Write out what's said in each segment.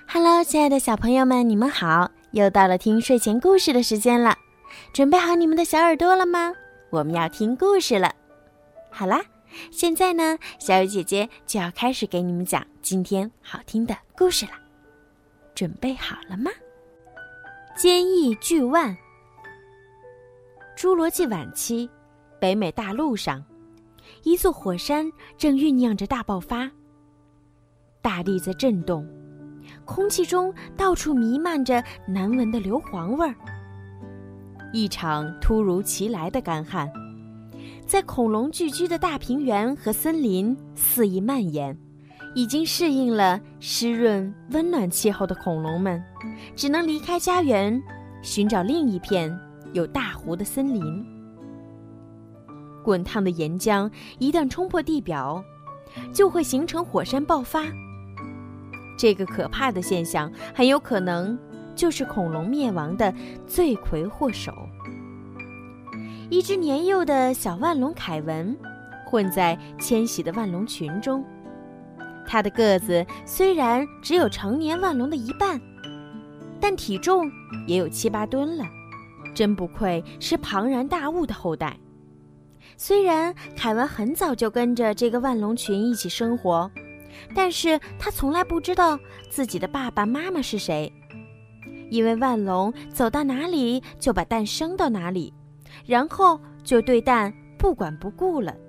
Hello， 亲爱的小朋友们，你们好！又到了听睡前故事的时间了，准备好你们的小耳朵了吗？我们要听故事了。好啦，现在呢，小雨姐姐就要开始给你们讲今天好听的故事了。准备好了吗？坚毅巨万。侏罗纪晚期，北美大陆上，一座火山正酝酿着大爆发，大地在震动，空气中到处弥漫着难闻的硫磺味儿。一场突如其来的干旱，在恐龙聚居的大平原和森林肆意蔓延。已经适应了湿润温暖气候的恐龙们，只能离开家园，寻找另一片有大湖的森林。滚烫的岩浆一旦冲破地表，就会形成火山爆发。这个可怕的现象很有可能就是恐龙灭亡的罪魁祸首。一只年幼的小腕龙凯文混在迁徙的腕龙群中，他的个子虽然只有成年腕龙的一半，但体重也有7-8吨了，真不愧是庞然大物的后代。虽然凯文很早就跟着这个腕龙群一起生活，但是他从来不知道自己的爸爸妈妈是谁，因为腕龙走到哪里就把蛋生到哪里，然后就对蛋不管不顾了。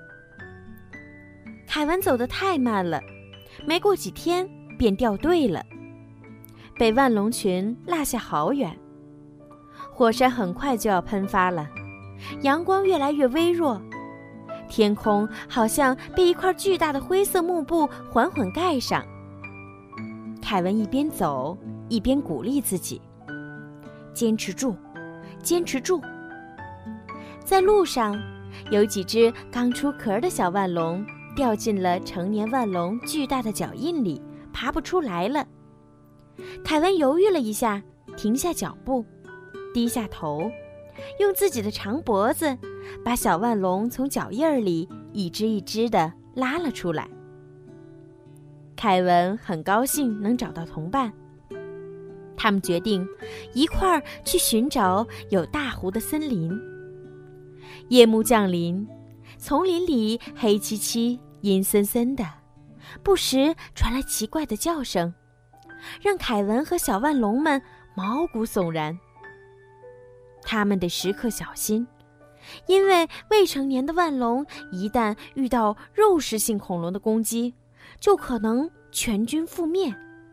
凯文走得太慢了，没过几天便掉队了，被腕龙群落下好远。火山很快就要喷发了，阳光越来越微弱，天空好像被一块巨大的灰色幕布缓缓盖上。凯文一边走一边鼓励自己，坚持住，坚持住。在路上，有几只刚出壳的小腕龙掉进了成年腕龙巨大的脚印里，爬不出来了。凯文犹豫了一下，停下脚步，低下头，用自己的长脖子把小腕龙从脚印里一只一只地拉了出来。凯文很高兴能找到同伴，他们决定一块儿去寻找有大湖的森林。夜幕降临，丛林里黑漆漆阴森森的，不时传来奇怪的叫声，让凯文和小腕龙们毛骨悚然。他们得时刻小心，因为未成年的腕龙一旦遇到肉食性恐龙的攻击，就可能全军覆灭。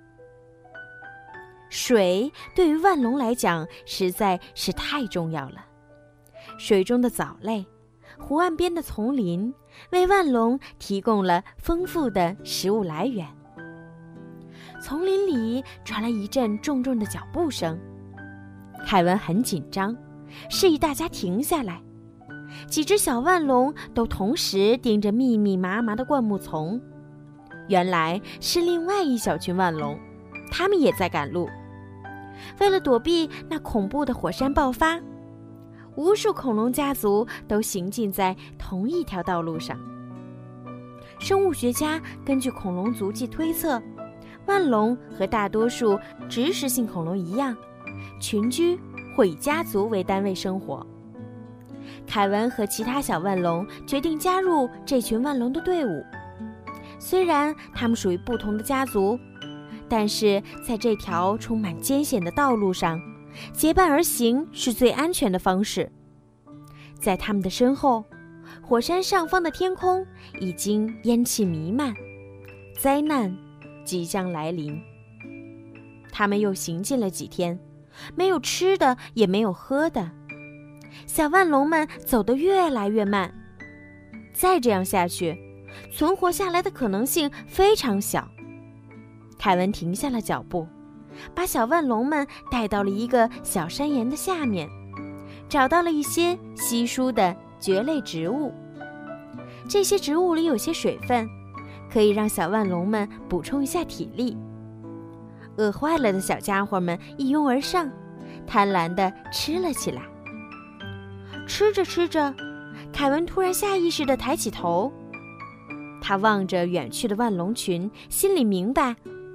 水对于腕龙来讲实在是太重要了，水中的藻类，湖岸边的丛林为腕龙提供了丰富的食物来源。丛林里传来一阵重重的脚步声，凯文很紧张，示意大家停下来。几只小腕龙都同时盯着密密麻麻的灌木丛，原来是另外一小群腕龙，他们也在赶路。为了躲避那恐怖的火山爆发，无数恐龙家族都行进在同一条道路上。生物学家根据恐龙足迹推测，腕龙和大多数植食性恐龙一样，群居或以家族为单位生活。凯文和其他小腕龙决定加入这群腕龙的队伍。虽然他们属于不同的家族，但是在这条充满艰险的道路上，结伴而行是最安全的方式。在他们的身后，火山上方的天空已经烟气弥漫，灾难即将来临。他们又行进了几天，没有吃的也没有喝的，小腕龙们走得越来越慢。再这样下去，存活下来的可能性非常小。凯文停下了脚步，把小腕龙们带到了一个小山岩的下面，找到了一些稀疏的蕨类植物。这些植物里有些水分，可以让小腕龙们补充一下体力。饿坏了的小家伙们一拥而上，贪婪地吃了起来。吃着吃着，凯文突然下意识地抬起头，他望着远去的腕龙群，心里明白，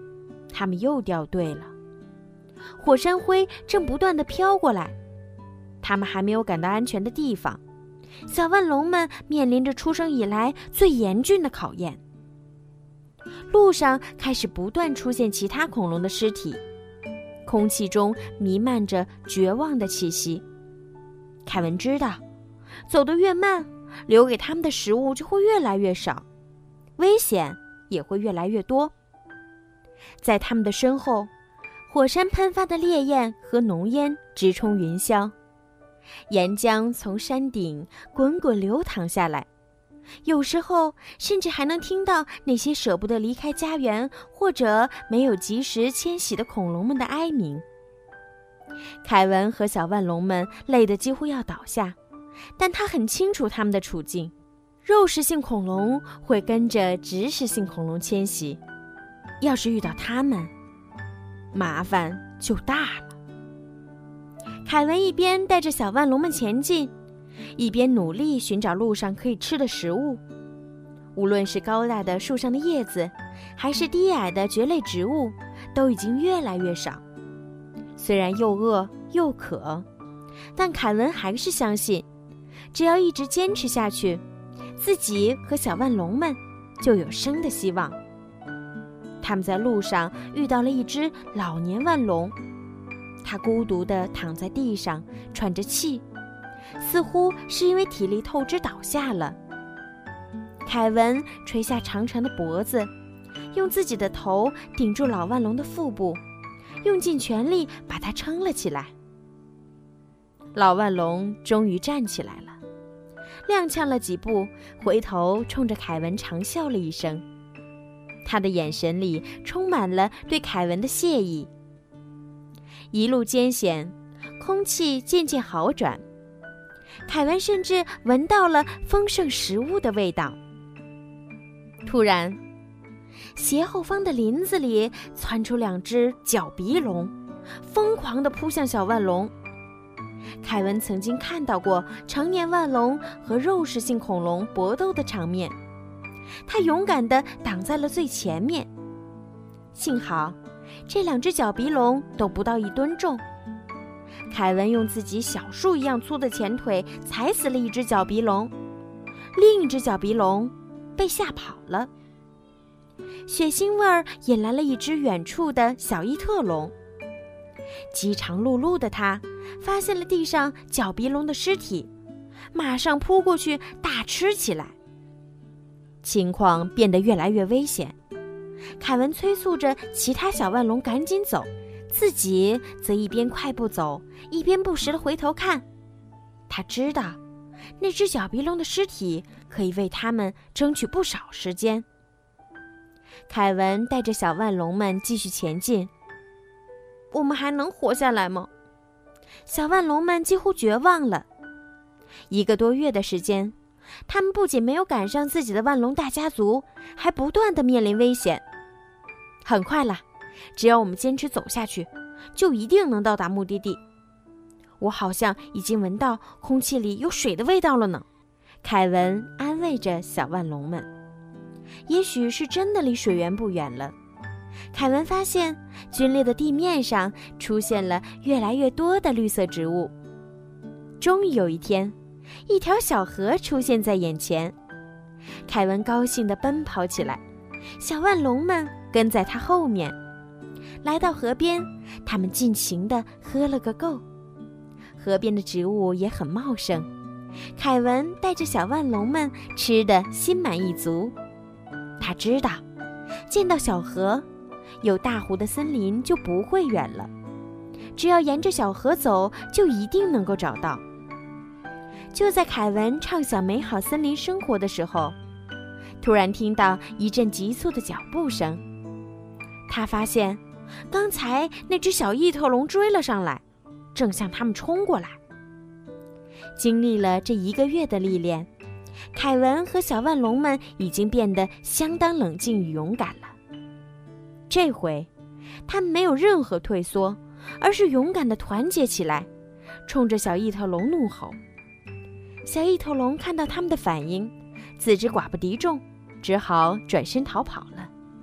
他们又掉队了。火山灰正不断地飘过来，他们还没有赶到安全的地方，小万龙们面临着出生以来最严峻的考验。路上开始不断出现其他恐龙的尸体，空气中弥漫着绝望的气息。凯文知道，走得越慢，留给他们的食物就会越来越少，危险也会越来越多。在他们的身后，火山喷发的烈焰和浓烟直冲云霄，岩浆从山顶滚滚流淌下来，有时候甚至还能听到那些舍不得离开家园或者没有及时迁徙的恐龙们的哀鸣。凯文和小万龙们累得几乎要倒下，但他很清楚他们的处境，肉食性恐龙会跟着植食性恐龙迁徙，要是遇到他们，麻烦就大了。凯文一边带着小万龙们前进，一边努力寻找路上可以吃的食物。无论是高大的树上的叶子，还是低矮的蕨类植物，都已经越来越少。虽然又饿又渴，但凯文还是相信，只要一直坚持下去，自己和小万龙们就有生的希望。他们在路上遇到了一只老年万龙，它孤独地躺在地上，喘着气，似乎是因为体力透支倒下了。凯文垂下长长的脖子，用自己的头顶住老万龙的腹部，用尽全力把它撑了起来。老万龙终于站起来了，踉跄了几步，回头冲着凯文长笑了一声，他的眼神里充满了对凯文的谢意。一路艰险，空气渐渐好转，凯文甚至闻到了丰盛食物的味道。突然，斜后方的林子里窜出2只角鼻龙，疯狂地扑向小万龙。凯文曾经看到过成年万龙和肉食性恐龙搏斗的场面，他勇敢地挡在了最前面。幸好这2只角鼻龙都不到1吨重，凯文用自己小树一样粗的前腿踩死了1只角鼻龙，另一只角鼻龙被吓跑了。血腥味儿引来了一只远处的小异特龙，饥肠辘辘的他发现了地上角鼻龙的尸体，马上扑过去大吃起来。情况变得越来越危险，凯文催促着其他小万龙赶紧走，自己则一边快步走，一边不时地回头看。他知道那只角鼻龙的尸体可以为他们争取不少时间。凯文带着小万龙们继续前进。我们还能活下来吗？小万龙们几乎绝望了。1个多月的时间，他们不仅没有赶上自己的万龙大家族，还不断地面临危险。很快了，只要我们坚持走下去，就一定能到达目的地。我好像已经闻到空气里有水的味道了呢。凯文安慰着小万龙们。也许是真的离水源不远了。凯文发现龟裂的地面上出现了越来越多的绿色植物。终于有一天，一条小河出现在眼前。凯文高兴地奔跑起来，小万龙们跟在他后面。来到河边，他们尽情地喝了个够。河边的植物也很茂盛，凯文带着小万龙们吃得心满意足。他知道，见到小河，有大湖的森林就不会远了。只要沿着小河走，就一定能够找到。就在凯文畅想美好森林生活的时候，突然听到一阵急促的脚步声。他发现，刚才那只小异特龙追了上来，正向他们冲过来。经历了这1个月的历练，凯文和小万龙们已经变得相当冷静与勇敢了。这回，他们没有任何退缩，而是勇敢地团结起来，冲着小异特龙怒吼。小异特龙看到他们的反应，自知寡不敌众，只好转身逃跑了。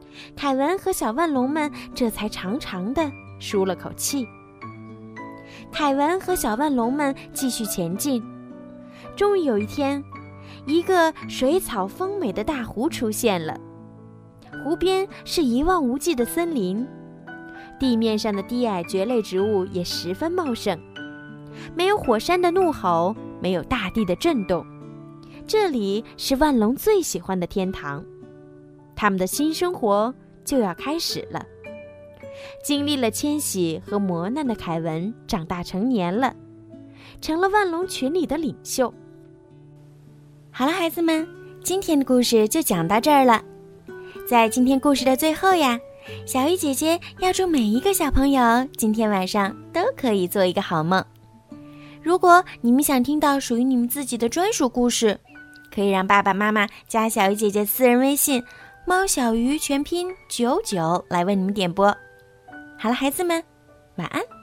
凯文和小万龙们这才长长地舒了口气。凯文和小万龙们继续前进，终于有一天，一个水草丰美的大湖出现了。湖边是一望无际的森林，地面上的低矮蕨类植物也十分茂盛，没有火山的怒吼，没有大地的震动，这里是万龙最喜欢的天堂。他们的新生活就要开始了。经历了迁徙和磨难的凯文长大成年了，成了万龙群里的领袖。好了，孩子们，今天的故事就讲到这儿了。在今天故事的最后呀，小鱼姐姐要祝每一个小朋友今天晚上都可以做一个好梦。如果你们想听到属于你们自己的专属故事，可以让爸爸妈妈加小鱼姐姐私人微信猫小鱼全拼99来为你们点播。好了，孩子们，晚安。